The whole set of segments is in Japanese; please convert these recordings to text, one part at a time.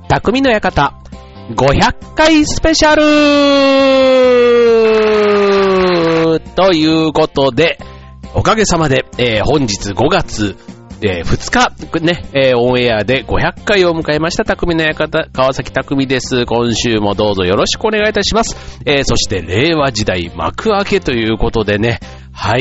匠の館500回スペシャルということで、おかげさまで、本日5月、2日ね、オンエアで500回を迎えました匠の館、川崎匠です。今週もどうぞよろしくお願いいたします。そして令和時代幕開けということでね、はい、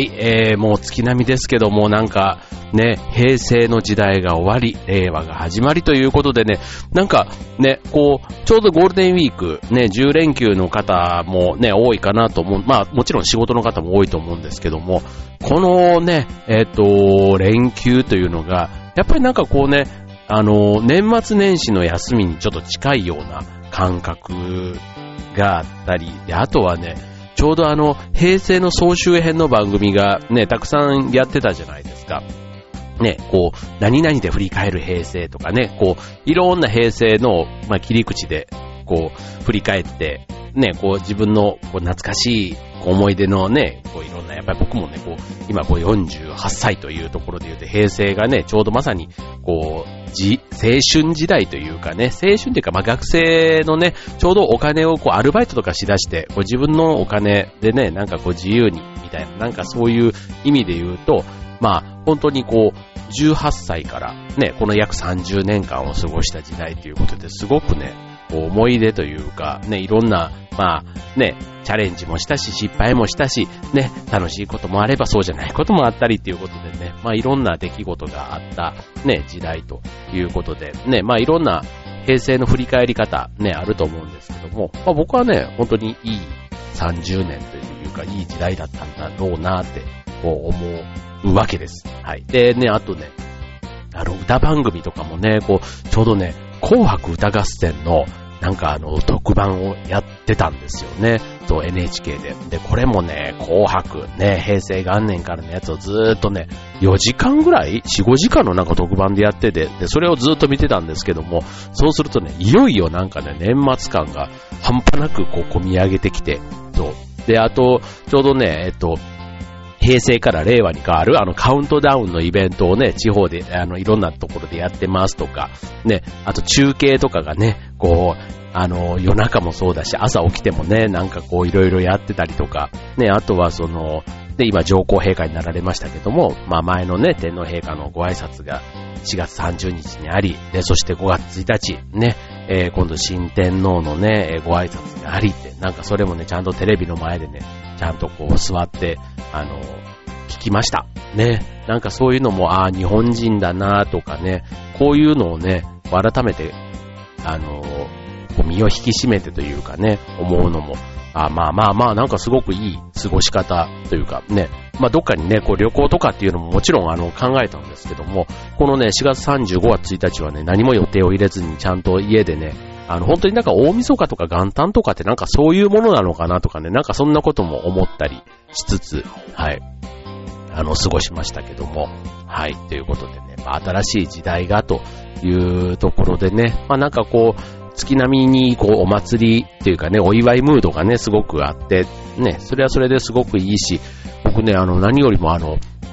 もう月並みですけども、なんかね、平成の時代が終わり、令和が始まりということでね、なんかね、こう、ちょうどゴールデンウィーク、ね、10連休の方もね、多いかなと思う。まあ、もちろん仕事の方も多いと思うんですけども、このね、連休というのが、やっぱりなんかこうね、年末年始の休みにちょっと近いような感覚があったり、で、あとはね、ちょうど平成の総集編の番組がね、たくさんやってたじゃないですか。ね、こう、何々で振り返る平成とかね、こう、いろんな平成の、まあ、切り口で、こう、振り返って、ね、こう、自分の、こう、懐かしい、思い出のね、こう、いろんな、やっぱり僕もね、こう、今、こう、48歳というところで言うと、平成がね、ちょうどまさに、こう、青春時代というかね、青春というか、まあ、学生のね、ちょうどお金をこう、アルバイトとかしだして、こう、自分のお金でね、なんかこう、自由に、みたいな、なんかそういう意味で言うと、まあ、本当にこう、18歳からね、この約30年間を過ごした時代ということですごくね、こう思い出というか、ね、いろんな、まあね、チャレンジもしたし、失敗もしたし、ね、楽しいこともあればそうじゃないこともあったりっていうことでね、まあいろんな出来事があったね、時代ということで、ね、まあいろんな平成の振り返り方ね、あると思うんですけども、まあ僕はね、本当にいい30年というか、いい時代だったんだろうなって、こう思うわけです。はい。でね、あとね、歌番組とかもね、こう、ちょうどね、紅白歌合戦の、なんか特番をやってたんですよね。そう、NHK で。で、これもね、紅白、ね、平成元年からのやつをずーっとね、4時間ぐらい ?4、5時間のなんか特番でやってて、で、それをずーっと見てたんですけども、そうするとね、いよいよなんかね、年末感が半端なくこう、込み上げてきて、そう。で、あと、ちょうどね、平成から令和に変わるカウントダウンのイベントをね、地方でいろんなところでやってますとか、ね、あと中継とかがね、こう、夜中もそうだし、朝起きてもね、なんかこういろいろやってたりとか、ね、あとはで、今上皇陛下になられましたけども、まあ前のね、天皇陛下のご挨拶が4月30日にあり、で、そして5月1日、ね、今度新天皇のね、ご挨拶がありって、なんかそれもね、ちゃんとテレビの前でね、ちゃんとこう座って、聞きました。ね。なんかそういうのも、日本人だなとかね、こういうのをね、改めて、こう身を引き締めてというかね、思うのも、まあ、なんかすごくいい過ごし方というかね、まあどっかにね、こう旅行とかっていうのももちろん考えたんですけども、このね、4月35月1日はね、何も予定を入れずにちゃんと家でね、本当になんか大晦日とか元旦とかってなんかそういうものなのかなとかね、なんかそんなことも思ったりしつつ、はい。過ごしましたけども、はい、ということでね、まあ、新しい時代がというところでね、まあなんかこう、月並みにこうお祭りっていうかね、お祝いムードがね、すごくあって、ね、それはそれですごくいいし、僕ね、何よりも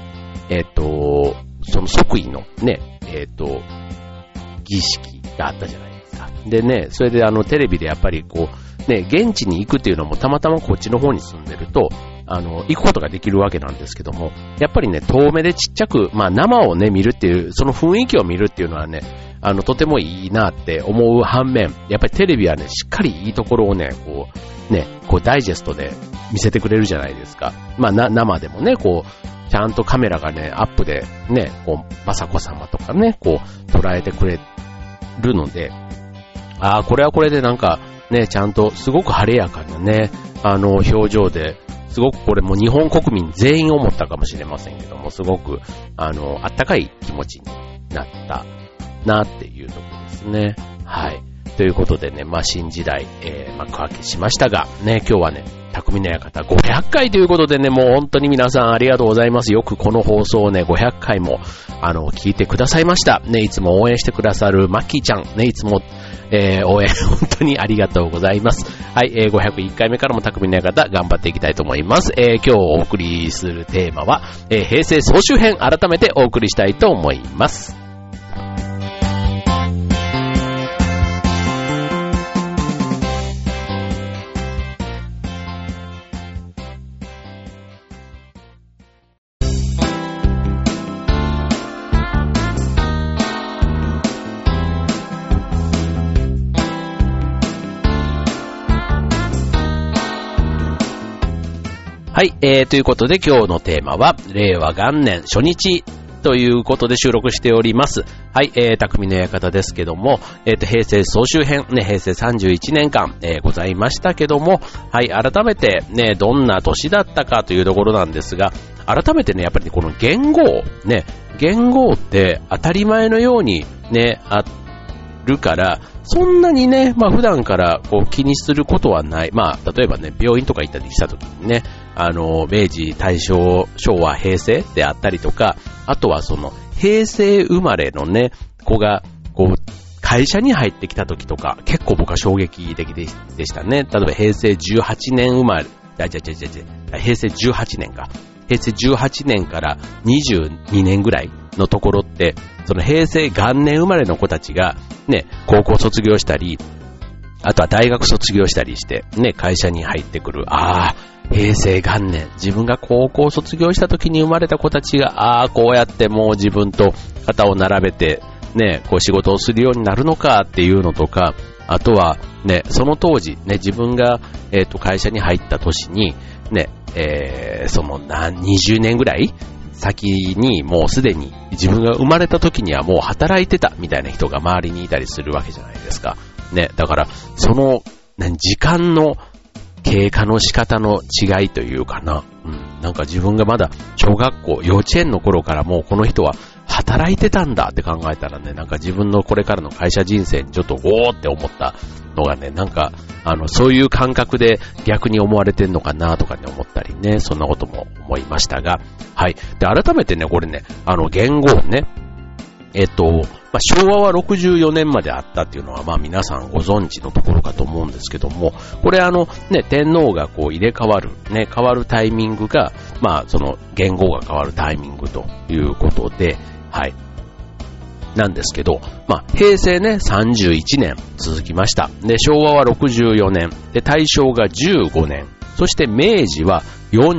その即位のね、儀式があったじゃないですか。でね、それでテレビでやっぱりこう、ね、現地に行くっていうのもたまたまこっちの方に住んでると、行くことができるわけなんですけども、やっぱりね、遠目でちっちゃく、まあ生をね、見るっていう、その雰囲気を見るっていうのはね、とてもいいなって思う反面、やっぱりテレビはね、しっかりいいところをね、こうダイジェストで見せてくれるじゃないですか。まあ生でもね、こう、ちゃんとカメラがね、アップでね、こう、雅子様とかね、こう、捉えてくれるので、これはこれでなんか、ね、ちゃんとすごく晴れやかなね、表情で、すごくこれも日本国民全員思ったかもしれませんけども、すごく、あったかい気持ちになったなっていうところですね。はい。ということでね、まあ、新時代、幕開けしましたが、ね、今日はね、匠の館500回ということでね、もう本当に皆さんありがとうございます。よくこの放送をね、500回も、聞いてくださいました。ね、いつも応援してくださるマッキーちゃん、ね、いつも、応援本当にありがとうございます。はい、501回目からも匠の館頑張っていきたいと思います。今日お送りするテーマは、平成総集編改めてお送りしたいと思います。 はい、ということで今日のテーマは、令和元年初日ということで収録しております。はい、匠の館ですけども、平成総集編、ね、平成31年間、ございましたけども、はい、改めてね、どんな年だったかというところなんですが、改めてね、やっぱりこの元号、ね、元号って当たり前のようにね、あるから、そんなにね、まあ普段からこう気にすることはない。まあ例えばね、病院とか行ったりした時にね、明治、大正、昭和、平成であったりとか、あとはその平成生まれのね、子がこう会社に入ってきた時とか、結構僕は衝撃的でしたね。例えば平成18年生まれ、平成18年か。平成18年から22年ぐらいのところって、その平成元年生まれの子たちがね、高校卒業したり、あとは大学卒業したりして、ね、会社に入ってくる。平成元年、自分が高校卒業した時に生まれた子たちが、こうやってもう自分と肩を並べて、ね、こう仕事をするようになるのかっていうのとか、あとはね、その当時、ね、自分が、会社に入った年に、ね、その20年ぐらい先にもうすでに自分が生まれた時にはもう働いてたみたいな人が周りにいたりするわけじゃないですか。ね、だからその時間の経過の仕方の違いというかな、なんか自分がまだ小学校、幼稚園の頃からもうこの人は働いてたんだって考えたらね、なんか自分のこれからの会社人生にちょっとおーって思ったのがね、なんかそういう感覚で逆に思われてんのかなとかね思ったりね、そんなことも思いましたが、はい。で、改めてね、これね、元号ね、昭和は64年まであったっていうのは、まあ皆さんご存知のところかと思うんですけども、これね、天皇がこう入れ替わる、ね、変わるタイミングが、まあその元号が変わるタイミングということで、はい。なんですけど、まあ平成ね、31年続きました。で、昭和は64年、で、大正が15年、そして明治は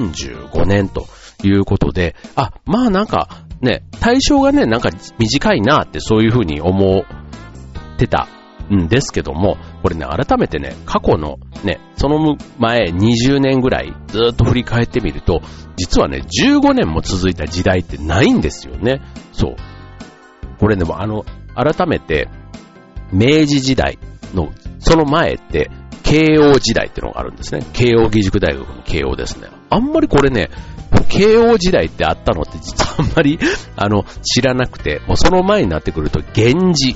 45年ということで、まあなんか、ね、大正がね、なんか短いなってそういう風に思ってたんですけども、これね、改めてね、過去のね、その前20年ぐらいずっと振り返ってみると、実はね、15年も続いた時代ってないんですよね。そう。これね、改めて、明治時代の、その前って、慶応時代ってのがあるんですね。慶応義塾大学の慶応ですね。あんまりこれね、慶応時代ってあったのって実はあんまり知らなくて、もうその前になってくると源氏、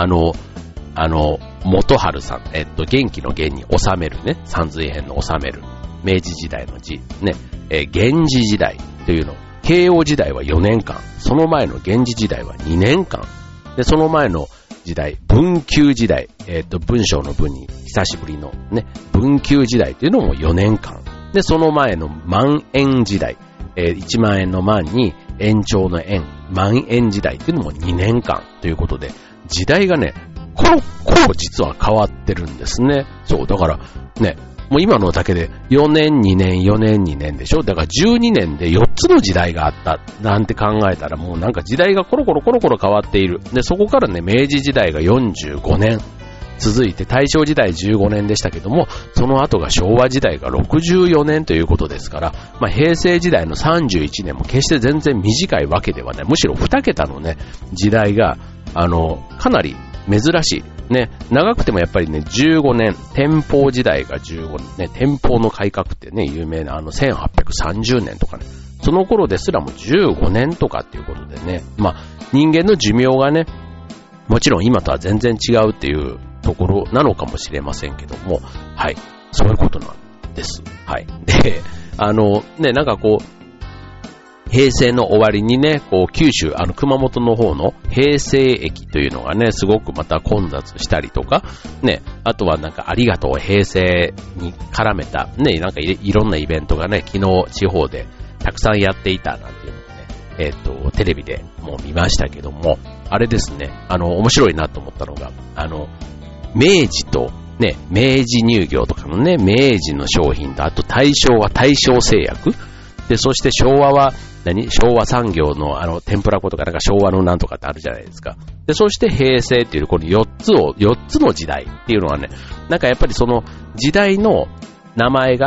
元春さん、元気の元に治めるね、三髄編の治める、明治時代の字ね、源氏時代というの、慶応時代は4年間、その前の源氏時代は2年間、でその前の時代、文久時代、文章の文に久しぶりのね、文久時代というのも4年間。で、その前の万延時代、1万円の万に延長の延、万延時代というのも2年間ということで、時代がね、コロコロ実は変わってるんですね。そう、だからね、もう今のだけで4年2年4年2年でしょ。だから12年で4つの時代があったなんて考えたら、もうなんか時代がコロコロ変わっている。で、そこからね、明治時代が45年続いて、大正時代15年でしたけども、その後が昭和時代が64年ということですから、まあ平成時代の31年も決して全然短いわけではない。むしろ2桁のね、時代が、かなり珍しい。ね、長くてもやっぱりね、15年、天保時代が15年、ね、天保の改革ってね、有名な1830年とかね、その頃ですらも15年とかっていうことでね、まあ、人間の寿命がね、もちろん今とは全然違うっていうところなのかもしれませんけども、はい、そういうことなんです。はい。で、ね、なんかこう、平成の終わりにね、こう九州、熊本の方の平成駅というのがね、すごくまた混雑したりとか、ね、あとはなんかありがとう平成に絡めた、ね、なんかいろんなイベントがね、昨日地方でたくさんやっていたなんていうのをね、テレビでもう見ましたけども、あれですね、面白いなと思ったのが、明治とね、明治乳業とかのね、明治の商品と、あと大正は大正製薬で、そして昭和は昭和産業の天ぷら粉とかなんか昭和のなんとかってあるじゃないですか。で、そして平成っていうこの4つの時代っていうのはね、なんかやっぱりその時代の名前が、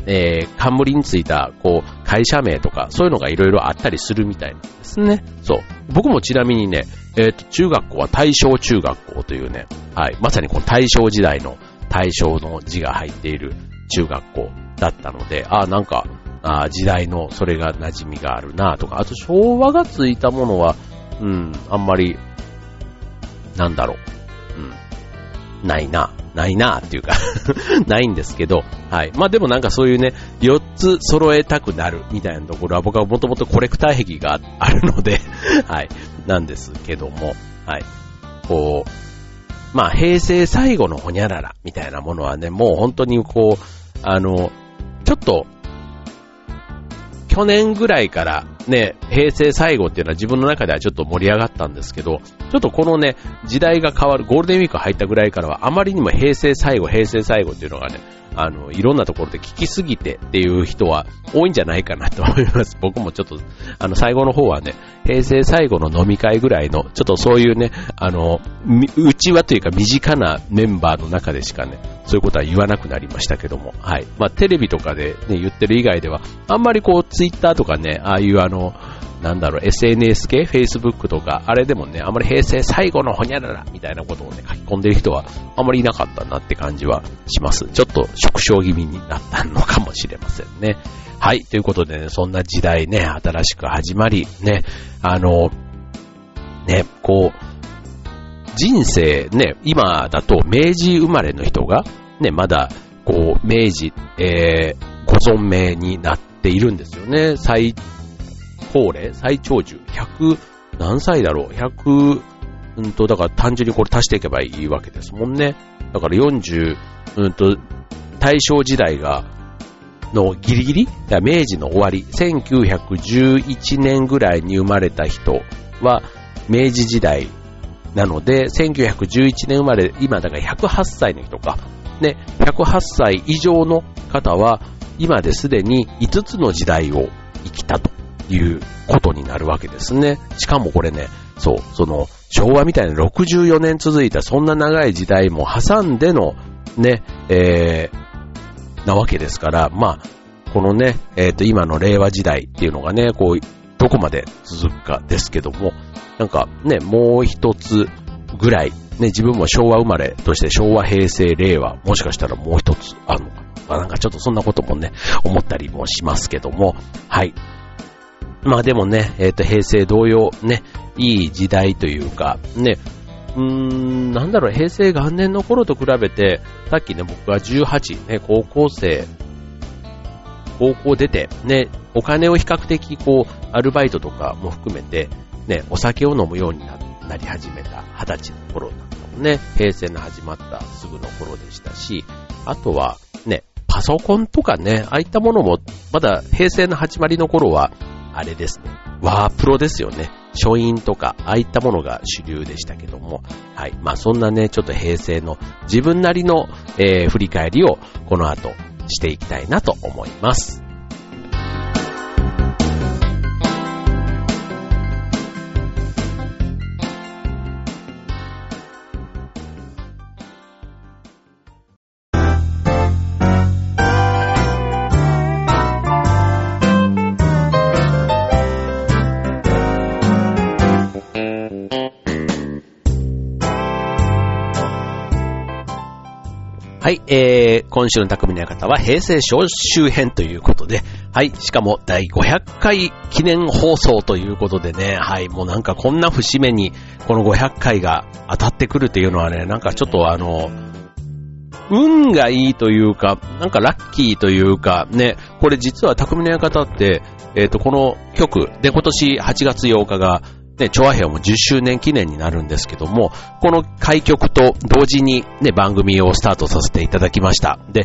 冠についた、こう、会社名とか、そういうのがいろいろあったりするみたいなんですね。そう。僕もちなみにね、中学校は大正中学校というね、はい、まさにこの大正時代の大正の字が入っている中学校だったので、なんか、時代のそれが馴染みがあるなとか、あと昭和がついたものは、あんまり、なんだろう、ないなっていうかないんですけど、はい。まあでもなんかそういうね、4つ揃えたくなるみたいなところは僕はもともとコレクター癖があるのではい。なんですけども、はい。こう、まあ平成最後のホニャララみたいなものはね、もう本当にこう、ちょっと、去年ぐらいからね、平成最後っていうのは自分の中ではちょっと盛り上がったんですけど、ちょっとこのね、時代が変わる、ゴールデンウィーク入ったぐらいからはあまりにも平成最後っていうのがね、いろんなところで聞きすぎてっていう人は多いんじゃないかなと思います。僕もちょっと、最後の方はね、平成最後の飲み会ぐらいの、ちょっとそういうね、うちわというか身近なメンバーの中でしかね、そういうことは言わなくなりましたけども、はい。まあ、テレビとかでね、言ってる以外では、あんまりこう、ツイッターとかね、ああいうなんだろう、SNS 系、Facebook とか、あれでもね、あんまり平成最後のホニャララみたいなことをね、書き込んでる人はあんまりいなかったなって感じはします。ちょっと縮小気味になったのかもしれませんね。はい、ということでね、そんな時代ね、新しく始まり、ね、ね、こう、人生ね、今だと明治生まれの人が、ね、まだ、こう、明治、ご存命になっているんですよね。最長寿、100、何歳だろう ?100、だから単純にこれ足していけばいいわけですもんね。だから40、大正時代のギリギリ明治の終わり、1911年ぐらいに生まれた人は、明治時代なので、1911年生まれ、今だから108歳の人か。ね、108歳以上の方は、今ですでに5つの時代を生きたということになるわけですね。しかもこれね、その、昭和みたいな64年続いたそんな長い時代も挟んでの、ね、なわけですから、まあ、このね、今の令和時代っていうのがね、こう、どこまで続くかですけども、なんかね、もう一つぐらい、ね、自分も昭和生まれとして昭和、平成、令和、もしかしたらもう一つあるのかな。なんかちょっとそんなこともね、思ったりもしますけども、はい。まあでもね、平成同様ね、いい時代というか、ね、なんだろう、平成元年の頃と比べて、さっきね、僕が18、ね、高校出て、ね、お金を比較的こう、アルバイトとかも含めて、ね、お酒を飲むようになり始めた20歳の頃だったもんね、平成の始まったすぐの頃でしたし、あとはね、パソコンとかね、ああいったものも、まだ平成の始まりの頃は、あれですね、ワープロですよね。書院とか、ああいったものが主流でしたけども、はい。まあそんなね、ちょっと平成の自分なりの、振り返りをこの後していきたいなと思います。はい、今週の匠の館は平成総集編ということで、はい、しかも第500回記念放送ということでね、はい、もうなんかこんな節目にこの500回が当たってくるっていうのはね、なんかちょっと運がいいというか、なんかラッキーというか、ね、これ実は匠の館って、この曲で今年8月8日がね、チョアヘオも10周年記念になるんですけども、この開局と同時にね、番組をスタートさせていただきました。で、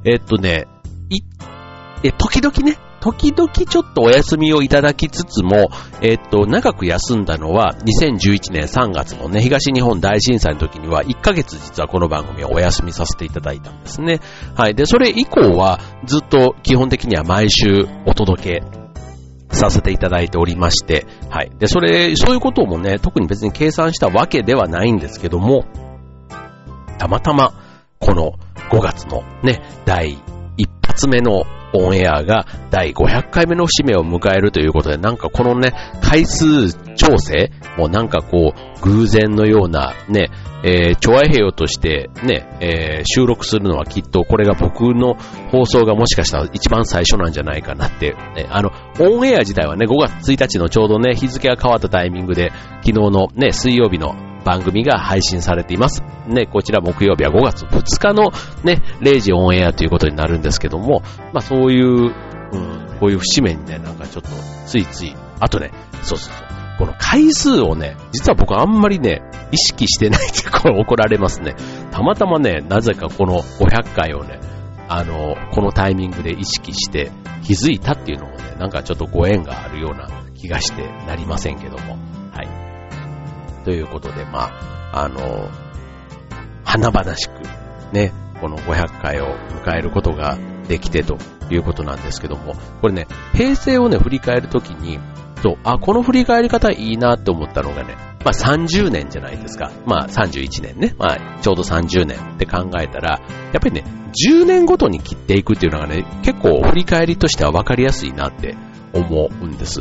時々ちょっとお休みをいただきつつも、長く休んだのは2011年3月のね、東日本大震災の時には1ヶ月実はこの番組をお休みさせていただいたんですね。はい。で、それ以降はずっと基本的には毎週お届けさせていただいておりまして、はい。で、そういうこともね、特に別に計算したわけではないんですけども、たまたま、この5月のね、第一発目のオンエアが第500回目の節目を迎えるということで、なんかこのね、回数調整もなんかこう、偶然のようなね、チョアヘヨとしてね、収録するのはきっとこれが僕の放送がもしかしたら一番最初なんじゃないかなって、ね、オンエア自体はね、5月1日のちょうどね、日付が変わったタイミングで、昨日のね、水曜日の番組が配信されています。ね、こちら木曜日は5月2日のね、0時オンエアということになるんですけども、まあそういう、こういう節目にね、なんかちょっとついつい、あとね、そう、この回数をね、実は僕あんまりね、意識してないってこれ怒られますね。たまたまね、なぜかこの500回をね、このタイミングで意識して気づいたっていうのもね、なんかちょっとご縁があるような気がしてなりませんけども。はい。ということで、まあ、華々しくね、この500回を迎えることができてということなんですけども、これね、平成をね、振り返るときに、この振り返り方いいなって思ったのがね、まあ30年じゃないですか。まあ31年ね。まあちょうど30年って考えたら、やっぱりね、10年ごとに切っていくっていうのがね、結構振り返りとしては分かりやすいなって思うんです。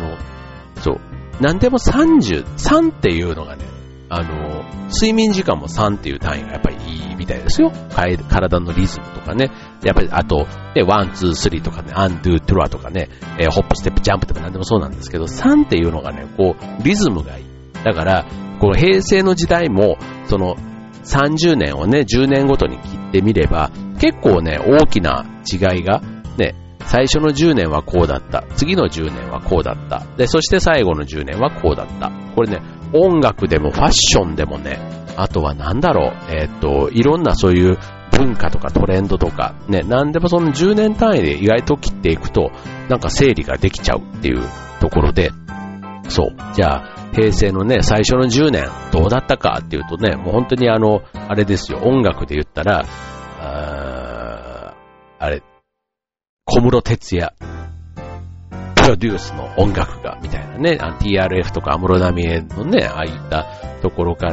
なんでも3っていうのがね、睡眠時間も3っていう単位がやっぱりいいみたいですよ。体のリズムとかね。やっぱりあと、1、2、3とかね、アンドゥ、トゥラとかね、ホップ、ステップ、ジャンプとかなんでもそうなんですけど、3っていうのがね、こう、リズムがいい。だから、この平成の時代も、その30年をね、10年ごとに切ってみれば、結構ね、大きな違いが、ね、最初の10年はこうだった。次の10年はこうだった。で、そして最後の10年はこうだった。これね、音楽でもファッションでもね、あとはなんだろう、いろんなそういう文化とかトレンドとか、ね、なんでもその10年単位で意外と切っていくと、なんか整理ができちゃうっていうところで、じゃあ、平成のね、最初の10年、どうだったかっていうとね、もう本当にあれですよ、音楽で言ったら、小室哲哉、プロデュースの音楽が、みたいなね、TRF とか安室奈美恵のね、ああいったところから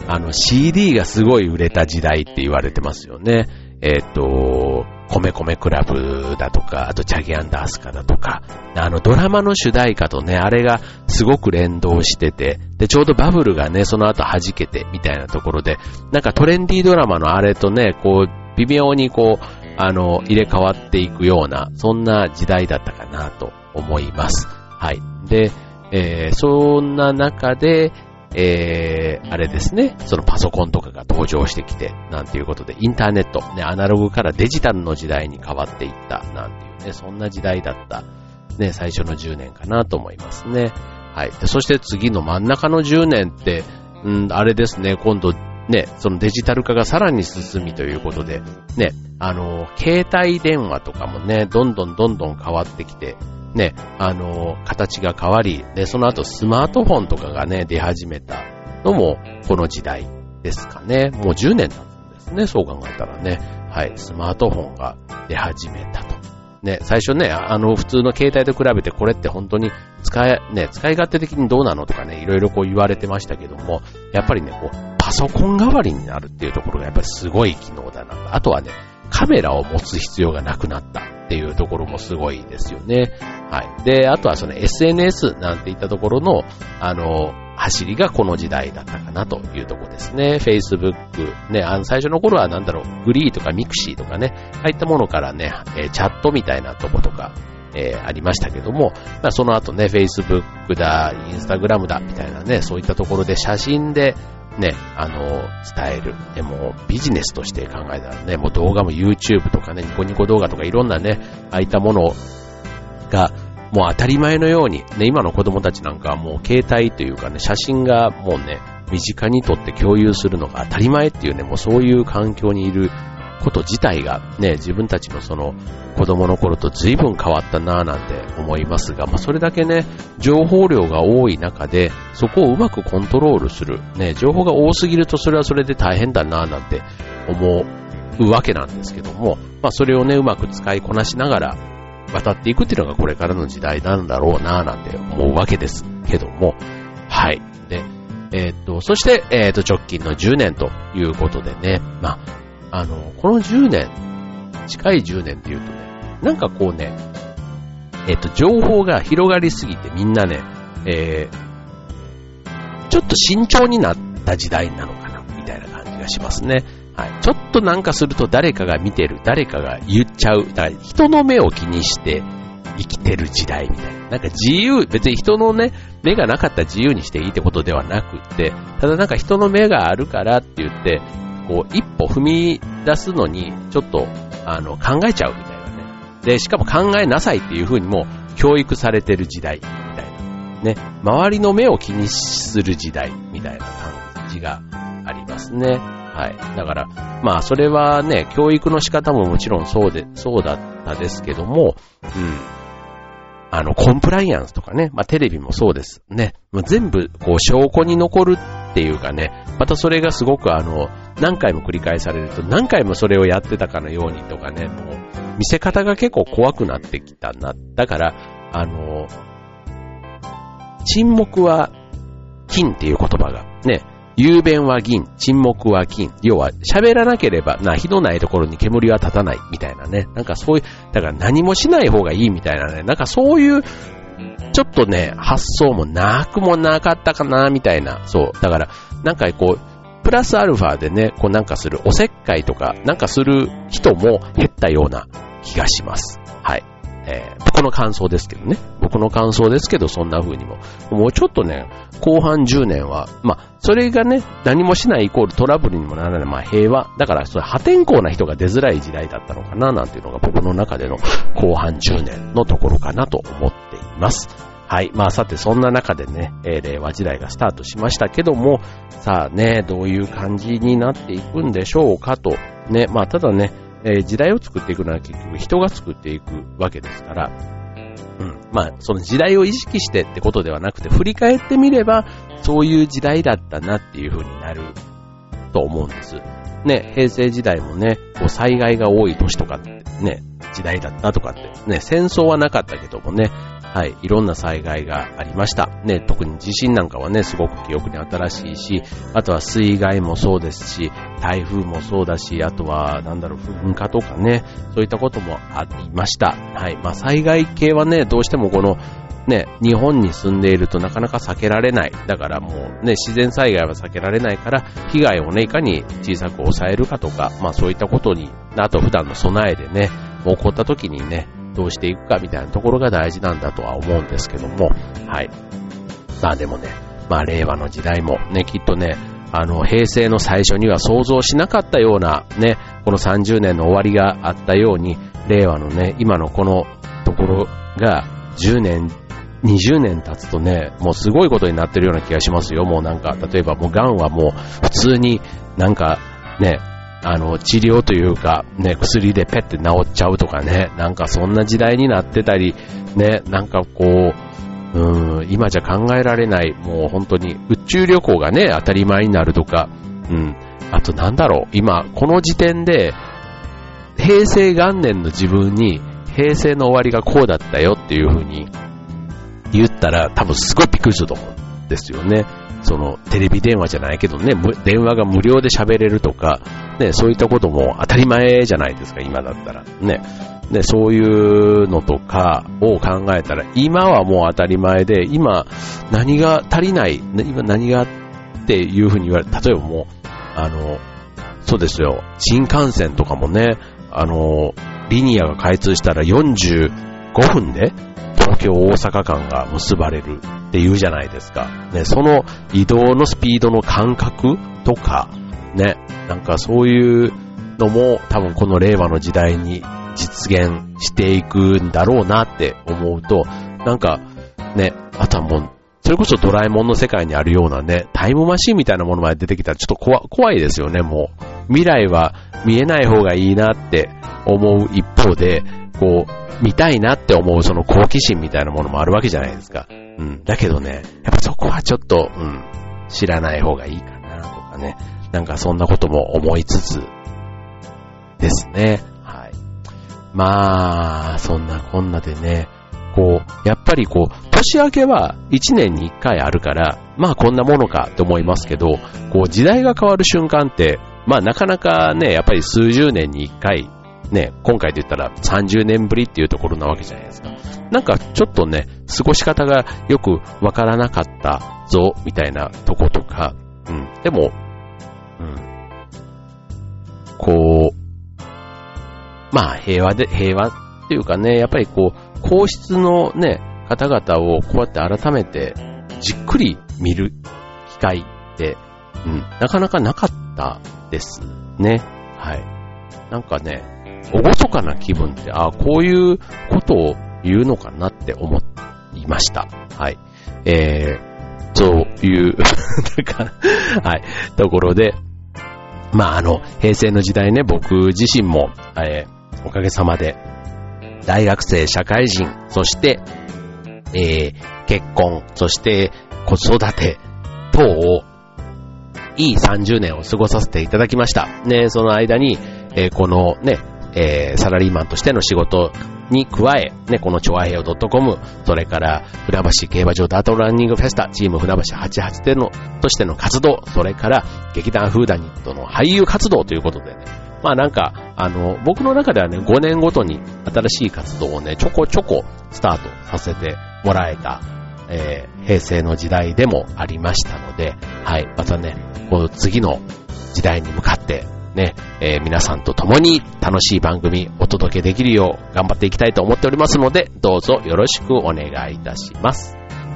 、CD がすごい売れた時代って言われてますよね。米米クラブだとか、あとチャギアンダースカだとか、ドラマの主題歌とね、あれがすごく連動してて、で、ちょうどバブルがね、その後弾けて、みたいなところで、なんかトレンディードラマのあれとね、こう、微妙にこう、入れ替わっていくような、そんな時代だったかなと思います。はい。で、そんな中で、あれですね、そのパソコンとかが登場してきて、なんていうことで、インターネット、ね、アナログからデジタルの時代に変わっていった、なんていうね、そんな時代だった、ね、最初の10年かなと思いますね。はい。で、そして次の真ん中の10年って、あれですね、今度、ね、そのデジタル化がさらに進みということで、ね、携帯電話とかもね、どんどん変わってきて、ね、形が変わり、で、その後スマートフォンとかがね、出始めたのも、この時代ですかね。もう10年経つんですね、そう考えたらね。はい、スマートフォンが出始めたと。ね、最初ね、普通の携帯と比べてこれって本当に使い勝手的にどうなのとかね、いろいろこう言われてましたけども、やっぱりね、こう、パソコン代わりになるっていうところがやっぱりすごい機能だな。あとはね、カメラを持つ必要がなくなったっていうところもすごいですよね。はい。で、あとはその SNS なんていったところの、走りがこの時代だったかなというところですね。Facebook、ね、最初の頃はなんだろう、グリーとかミクシーとかね、ああいったものからね、チャットみたいなとことか、ありましたけども、まあ、その後ね、Facebook だ、Instagram だ、みたいなね、そういったところで写真で、ね、伝える。でも、ビジネスとして考えたらね、もう動画も YouTube とかね、ニコニコ動画とかいろんなね、ああいったものが、もう当たり前のように、ね、今の子供たちなんかはもう携帯というかね、写真がもうね、身近にとって共有するのが当たり前っていうね、もうそういう環境にいること自体がね、自分たちのその子供の頃と随分変わったなぁなんて思いますが、まあそれだけね、情報量が多い中で、そこをうまくコントロールする。ね、情報が多すぎるとそれはそれで大変だなぁなんて思うわけなんですけども、まあそれをね、うまく使いこなしながら渡っていくっていうのがこれからの時代なんだろうなぁなんて思うわけですけども、はい。で、そして、直近の10年ということでね、まあ、この10年、近い10年っていうとね、 なんかこうね、情報が広がりすぎてみんなね、ちょっと慎重になった時代なのかな、みたいな感じがしますね。はい。ちょっとなんかすると誰かが見てる、誰かが言っちゃう。だから人の目を気にして生きてる時代みたいな。なんか自由、別に人のね、目がなかったら自由にしていいってことではなくって、ただなんか人の目があるからって言って、こう一歩踏み出すのにちょっと考えちゃうみたいなね。で、しかも考えなさいっていう風にも教育されてる時代みたいな。ね。周りの目を気にする時代みたいな感じがありますね。はい。だから、まあそれはね、教育の仕方ももちろんそうだったですけども、コンプライアンスとかね、まあテレビもそうですね。もう全部こう証拠に残るっていうかね、またそれがすごく何回も繰り返されると何回もそれをやってたかのようにとかね、もう見せ方が結構怖くなってきたな。だから、沈黙は金っていう言葉がね、雄弁は銀、沈黙は金。要は喋らなければ火のないところに煙は立たないみたいなね。なんかそういう、だから何もしない方がいいみたいなね。なんかそういうちょっとね、発想もなくもなかったかなみたいな。そう。だからなんかこうプラスアルファでね、こうなんかするおせっかいとかなんかする人も減ったような気がします。はい。僕の感想ですけどね。僕の感想ですけど、そんな風にもうちょっとね、後半10年は、まあ、それがね、何もしないイコールトラブルにもならない、まあ平和。だから、それ破天荒な人が出づらい時代だったのかな、なんていうのが僕の中での後半10年のところかなと思っています。はい。まあさて、そんな中でね、令和時代がスタートしましたけども、さあね、どういう感じになっていくんでしょうかと。ね、まあただね、時代を作っていくのは結局人が作っていくわけですから、まあその時代を意識してってことではなくて、振り返ってみればそういう時代だったなっていう風になると思うんです。ね、平成時代もね、こう災害が多い年とかってね、時代だったとかってね、戦争はなかったけどもね、はい、いろんな災害がありました。ね、特に地震なんかはね、すごく記憶に新しいし、あとは水害もそうですし、台風もそうだし、あとは、噴火とかね、そういったこともありました。はい、まあ災害系はね、どうしてもこの、ね、日本に住んでいるとなかなか避けられない。だからもうね、自然災害は避けられないから、被害をね、いかに小さく抑えるかとか、まあそういったことに、あと普段の備えでね、起こった時にね、どうしていくかみたいなところが大事なんだとは思うんですけども、はい。まあでもね、まあ令和の時代もね、きっとね、平成の最初には想像しなかったようなね、この30年の終わりがあったように、令和のね、今のこのところが10年、20年経つとね、もうすごいことになってるような気がしますよ。もうなんか、例えばもう癌はもう普通になんかね、治療というか、ね、薬でペッて治っちゃうとかね、なんかそんな時代になってたり、ね、なんかこう、今じゃ考えられない、もう本当に宇宙旅行がね、当たり前になるとか、あと今、この時点で、平成元年の自分に、平成の終わりがこうだったよっていう風に言ったら、多分すごいびっくりすると思うんですよね。そのテレビ電話じゃないけどね、電話が無料で喋れるとか、ね、そういったことも当たり前じゃないですか、今だったら。ね。ね、そういうのとかを考えたら、今はもう当たり前で、今何が足りない、今何がっていうふうに言われて、例えばもう、そうですよ、新幹線とかもね、リニアが開通したら45分で東京大阪間が結ばれるっていうじゃないですか。ね、その移動のスピードの感覚とか、ね、なんかそういうのも多分この令和の時代に実現していくんだろうなって思うと、なんかね、あとはもう、それこそドラえもんの世界にあるようなね、タイムマシンみたいなものまで出てきたらちょっと怖いですよね、もう。未来は見えない方がいいなって思う一方で、こう、見たいなって思うその好奇心みたいなものもあるわけじゃないですか。だけどね、やっぱそこはちょっと、知らない方がいいかなとかね、なんかそんなことも思いつつですね。はい。まあ、そんなこんなでね、こう、やっぱりこう、年明けは1年に1回あるから、まあこんなものかと思いますけど、こう時代が変わる瞬間って、まあなかなかね、やっぱり数十年に1回ね、今回で言ったら30年ぶりっていうところなわけじゃないですか。なんかちょっとね、過ごし方がよくわからなかったぞ、みたいなとことか、でも、こう、まあ平和っていうかね、やっぱりこう、皇室のね、方々をこうやって改めてじっくり見る機会って、なかなかなかったですね。はい。なんかね、厳かな気分って、こういうことを言うのかなって思いました。はい。そういう、はい、ところで、まあ平成の時代ね、僕自身も、おかげさまで、大学生、社会人、そして、結婚、そして子育て等をいい30年を過ごさせていただきました。ね、その間に、このね、サラリーマンとしての仕事に加え、ね、このチョアヘヨ .com、それから船橋競馬場ダートランニングフェスタ、チーム船橋88としての活動、それから劇団フーダニットの俳優活動ということでね、まあなんか、僕の中ではね、5年ごとに新しい活動をね、ちょこちょこスタートさせてもらえた、平成の時代でもありましたので、はい、またね、この次の時代に向かってね、皆さんと共に楽しい番組お届けできるよう頑張っていきたいと思っておりますので、どうぞよろしくお願いいたします。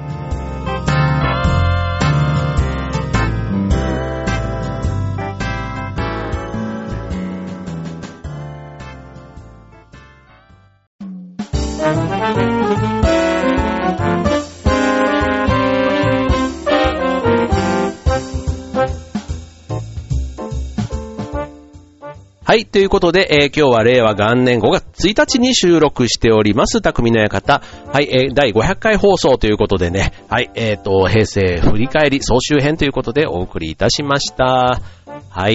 はい、ということで、今日は令和元年5月1日に収録しております、匠の館。はい、第500回放送ということでね、はい、平成振り返り総集編ということでお送りいたしました。はい、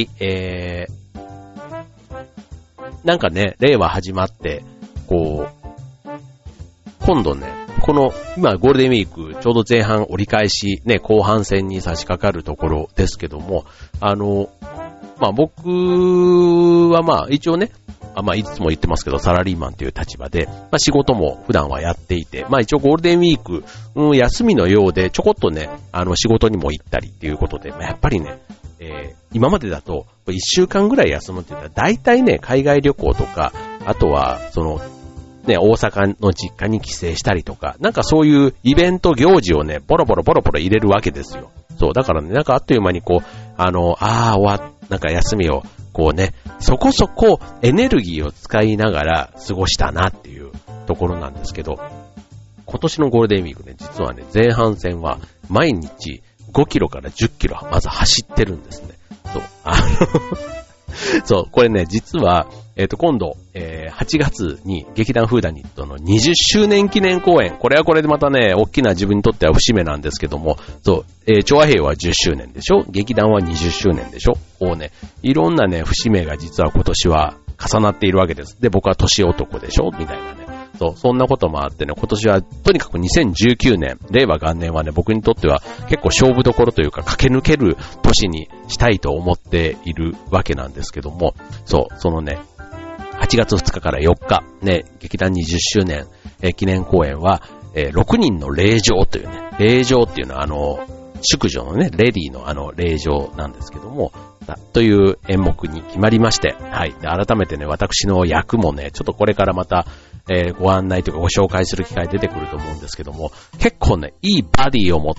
なんかね、令和始まって、こう、今度ね、この、今ゴールデンウィーク、ちょうど前半折り返し、ね、後半戦に差し掛かるところですけども、まあ僕はまあ一応ね、まあいつも言ってますけどサラリーマンという立場で、まあ仕事も普段はやっていて、まあ一応ゴールデンウィーク、休みのようでちょこっとね、仕事にも行ったりっていうことで、まあ、やっぱりね、今までだと1週間ぐらい休むって言ったら大体ね、海外旅行とか、あとはその、ね、大阪の実家に帰省したりとか、なんかそういうイベント行事をね、ポロポロ入れるわけですよ。そう、だからね、なんかあっという間にこう、なんか休みを、こうね、そこそこエネルギーを使いながら過ごしたなっていうところなんですけど、今年のゴールデンウィークね、実はね、前半戦は毎日5キロから10キロまず走ってるんですね。そう、そう、これね、実は、今度、8月に劇団フーダニットの20周年記念公演。これはこれでまたね、大きな自分にとっては節目なんですけども、そう、チョアヘイは10周年でしょ？劇団は20周年でしょ？こうね、いろんなね、節目が実は今年は重なっているわけです。で、僕は年男でしょ？みたいなね。そう、そんなこともあってね、今年はとにかく2019年、令和元年はね、僕にとっては結構勝負どころというか駆け抜ける年にしたいと思っているわけなんですけども、そう、そのね、8月2日から4日、ね、劇団20周年、記念公演は、6人の霊場というね、霊場っていうのは淑女のね、レディの霊場なんですけども、という演目に決まりまして、はい。で、改めてね、私の役もね、ちょっとこれからまた、ご案内というかご紹介する機会出てくると思うんですけども、結構ね、いいバディを持った、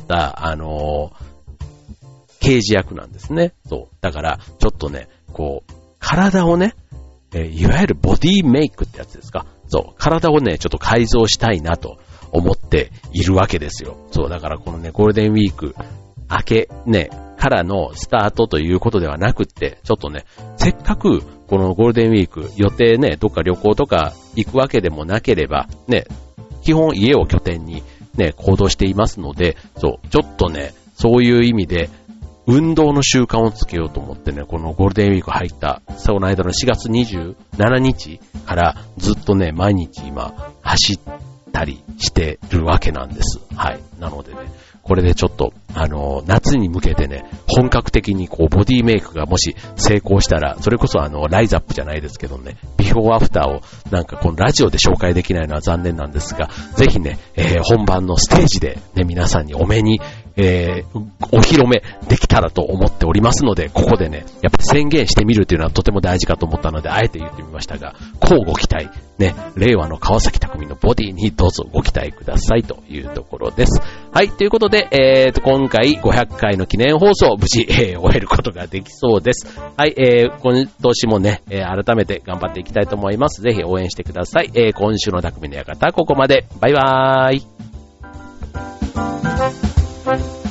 刑事役なんですね。そう。だから、ちょっとね、こう、体をね、いわゆるボディメイクってやつですか。そう。体をね、ちょっと改造したいなと思っているわけですよ。そう。だからこのね、ゴールデンウィーク明けね、からのスタートということではなくって、ちょっとね、せっかくこのゴールデンウィーク予定ね、どっか旅行とか行くわけでもなければ、ね、基本家を拠点にね、行動していますので、そう、ちょっとね、そういう意味で、運動の習慣をつけようと思ってね、このゴールデンウィーク入った、その間の4月27日からずっとね、毎日今走ったりしてるわけなんです。はい。なのでね、これでちょっと、夏に向けてね、本格的にこう、ボディメイクがもし成功したら、それこそライズアップじゃないですけどね、ビフォーアフターをなんかこのラジオで紹介できないのは残念なんですが、ぜひね、本番のステージでね、皆さんにお目に、お披露目できたらと思っておりますので、ここでね、やっぱり宣言してみるというのはとても大事かと思ったので、あえて言ってみましたが、こうご期待、ね、令和の川崎匠のボディにどうぞご期待くださいというところです。はい、ということで、今回500回の記念放送、無事、終えることができそうです。はい、今年もね、改めて頑張っていきたいと思います。ぜひ応援してください。今週の匠の館、ここまで。バイバーイ。